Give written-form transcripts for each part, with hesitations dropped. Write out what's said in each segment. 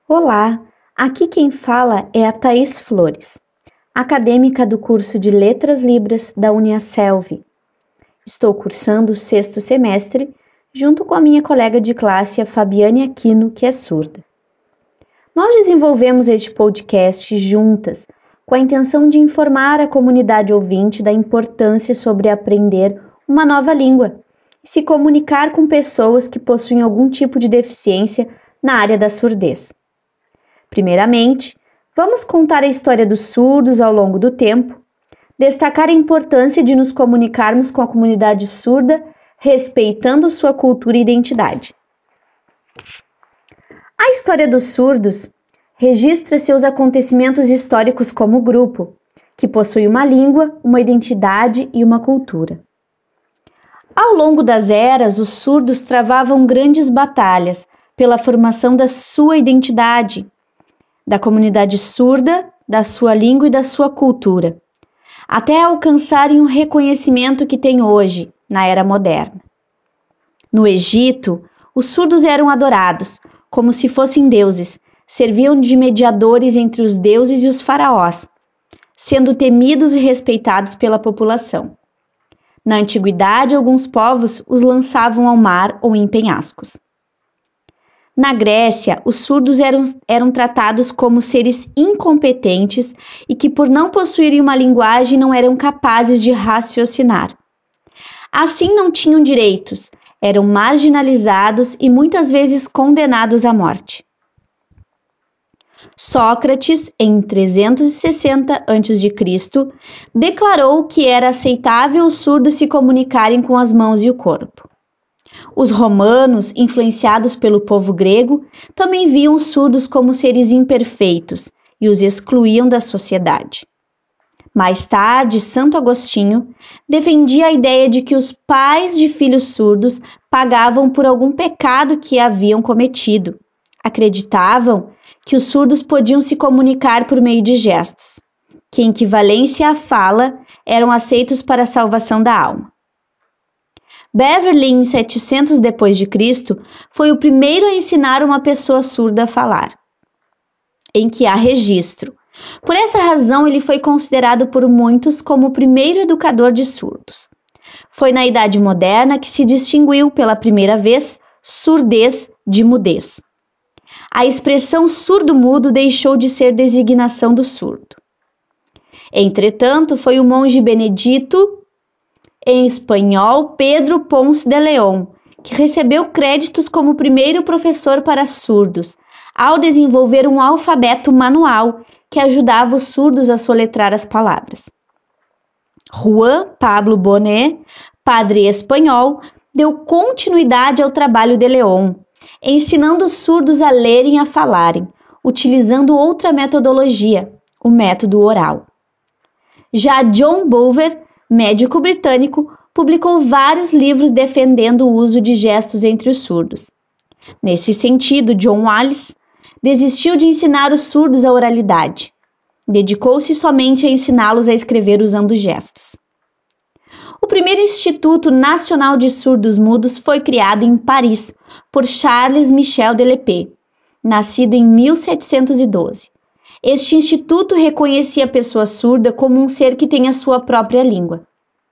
Olá, aqui quem fala é a Thaís Flores, acadêmica do curso de Letras Libras da Uniaselv. Estou cursando o 6º semestre junto com a minha colega de classe, a Fabiane Aquino, que é surda. Nós desenvolvemos este podcast juntas com a intenção de informar a comunidade ouvinte da importância sobre aprender uma nova língua e se comunicar com pessoas que possuem algum tipo de deficiência na área da surdez. Primeiramente, vamos contar a história dos surdos ao longo do tempo, destacar a importância de nos comunicarmos com a comunidade surda, respeitando sua cultura e identidade. A história dos surdos registra seus acontecimentos históricos como grupo, que possui uma língua, uma identidade e uma cultura. Ao longo das eras, os surdos travavam grandes batalhas pela formação da sua identidade, da comunidade surda, da sua língua e da sua cultura, até alcançarem o reconhecimento que têm hoje, na era moderna. No Egito, os surdos eram adorados, como se fossem deuses, serviam de mediadores entre os deuses e os faraós, sendo temidos e respeitados pela população. Na antiguidade, alguns povos os lançavam ao mar ou em penhascos. Na Grécia, os surdos eram tratados como seres incompetentes e que, por não possuírem uma linguagem, não eram capazes de raciocinar. Assim, não tinham direitos, eram marginalizados e muitas vezes condenados à morte. Sócrates, em 360 a.C., declarou que era aceitável os surdos se comunicarem com as mãos e o corpo. Os romanos, influenciados pelo povo grego, também viam os surdos como seres imperfeitos e os excluíam da sociedade. Mais tarde, Santo Agostinho defendia a ideia de que os pais de filhos surdos pagavam por algum pecado que haviam cometido. Acreditavam que os surdos podiam se comunicar por meio de gestos, que em equivalência à fala eram aceitos para a salvação da alma. Beverly, em 700 d.C., foi o primeiro a ensinar uma pessoa surda a falar, em que há registro. Por essa razão, ele foi considerado por muitos como o primeiro educador de surdos. Foi na Idade Moderna que se distinguiu pela primeira vez surdez de mudez. A expressão surdo-mudo deixou de ser designação do surdo. Entretanto, foi o monge benedito, em espanhol, Pedro Ponce de León, que recebeu créditos como primeiro professor para surdos, ao desenvolver um alfabeto manual que ajudava os surdos a soletrar as palavras. Juan Pablo Bonet, padre espanhol, deu continuidade ao trabalho de León, ensinando os surdos a lerem e a falarem, utilizando outra metodologia, o método oral. Já John Bulwer, médico britânico, publicou vários livros defendendo o uso de gestos entre os surdos. Nesse sentido, John Wallis desistiu de ensinar os surdos a oralidade. Dedicou-se somente a ensiná-los a escrever usando gestos. O primeiro Instituto Nacional de Surdos Mudos foi criado em Paris por Charles Michel de Lespée, nascido em 1712. Este instituto reconhecia a pessoa surda como um ser que tem a sua própria língua.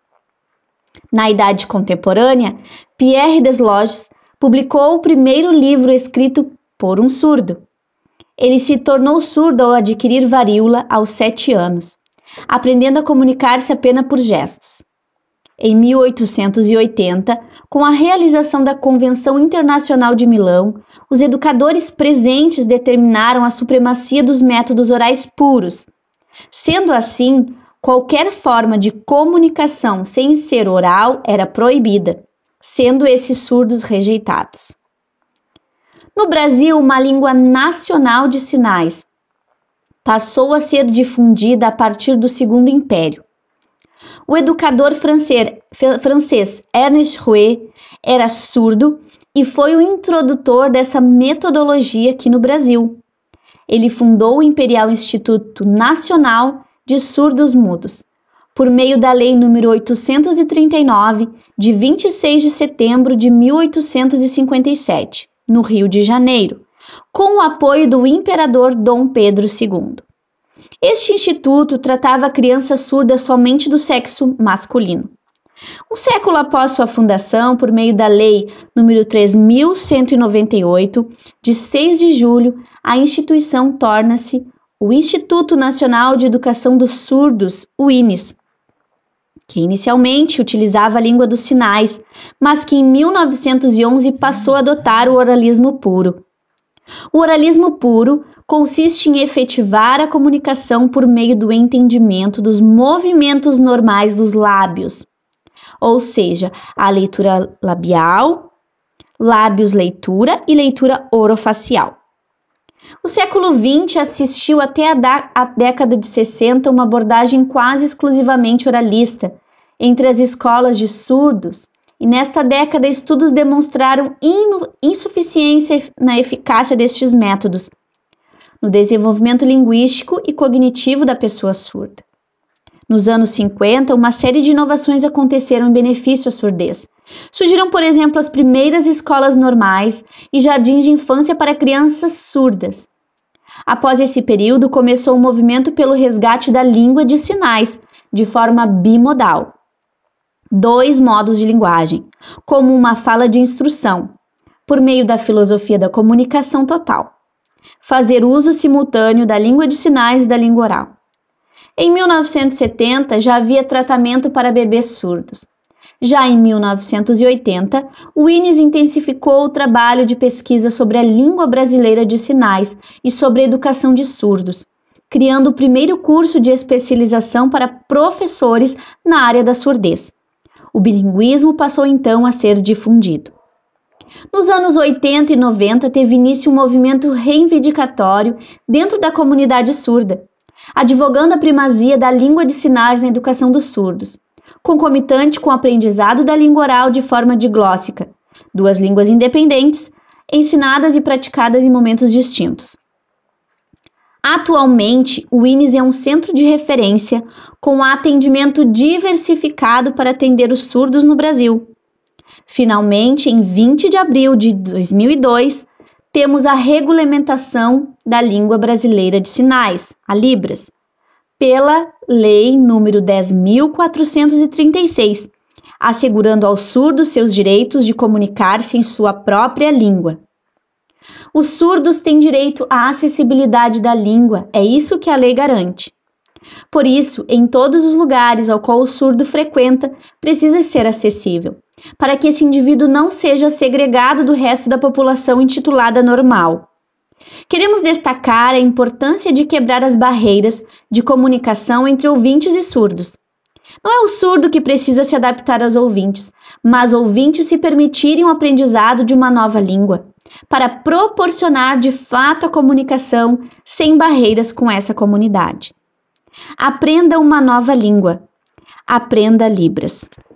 Na Idade Contemporânea, Pierre Desloges publicou o primeiro livro escrito por um surdo. Ele se tornou surdo ao adquirir varíola aos 7 anos, aprendendo a comunicar-se apenas por gestos. Em 1880, com a realização da Convenção Internacional de Milão, os educadores presentes determinaram a supremacia dos métodos orais puros. Sendo assim, qualquer forma de comunicação sem ser oral era proibida, sendo esses surdos rejeitados. No Brasil, uma língua nacional de sinais passou a ser difundida a partir do Segundo Império. O educador francês Ernest Rouet era surdo e foi o introdutor dessa metodologia aqui no Brasil. Ele fundou o Imperial Instituto Nacional de Surdos Mudos, por meio da Lei nº 839, de 26 de setembro de 1857, no Rio de Janeiro, com o apoio do imperador Dom Pedro II. Este instituto tratava crianças surdas somente do sexo masculino. Um século após sua fundação, por meio da Lei nº 3.198, de 6 de julho, a instituição torna-se o Instituto Nacional de Educação dos Surdos, o INES, que inicialmente utilizava a língua dos sinais, mas que em 1911 passou a adotar o oralismo puro. O oralismo puro consiste em efetivar a comunicação por meio do entendimento dos movimentos normais dos lábios, ou seja, a leitura labial, lábios-leitura e leitura orofacial. O século XX assistiu até a década de 60 uma abordagem quase exclusivamente oralista entre as escolas de surdos, e nesta década estudos demonstraram insuficiência na eficácia destes métodos no desenvolvimento linguístico e cognitivo da pessoa surda. Nos anos 50, uma série de inovações aconteceram em benefício à surdez. Surgiram, por exemplo, as primeiras escolas normais e jardins de infância para crianças surdas. Após esse período, começou um movimento pelo resgate da língua de sinais, de forma bimodal. 2 modos de linguagem, como uma fala de instrução, por meio da filosofia da comunicação total. Fazer uso simultâneo da língua de sinais e da língua oral. Em 1970, já havia tratamento para bebês surdos. Já em 1980, o INES intensificou o trabalho de pesquisa sobre a língua brasileira de sinais e sobre a educação de surdos, criando o primeiro curso de especialização para professores na área da surdez. O bilinguismo passou então a ser difundido. Nos anos 80 e 90, teve início um movimento reivindicatório dentro da comunidade surda, advogando a primazia da língua de sinais na educação dos surdos, concomitante com o aprendizado da língua oral de forma diglóssica, 2 línguas independentes, ensinadas e praticadas em momentos distintos. Atualmente, o INES é um centro de referência com atendimento diversificado para atender os surdos no Brasil. Finalmente, em 20 de abril de 2002, temos a regulamentação da língua brasileira de sinais, a Libras, pela Lei nº 10.436, assegurando aos surdos seus direitos de comunicar-se em sua própria língua. Os surdos têm direito à acessibilidade da língua, é isso que a lei garante. Por isso, em todos os lugares ao qual o surdo frequenta, precisa ser acessível, para que esse indivíduo não seja segregado do resto da população intitulada normal. Queremos destacar a importância de quebrar as barreiras de comunicação entre ouvintes e surdos. Não é o surdo que precisa se adaptar aos ouvintes, mas ouvintes se permitirem o aprendizado de uma nova língua, para proporcionar de fato a comunicação sem barreiras com essa comunidade. Aprenda uma nova língua. Aprenda Libras.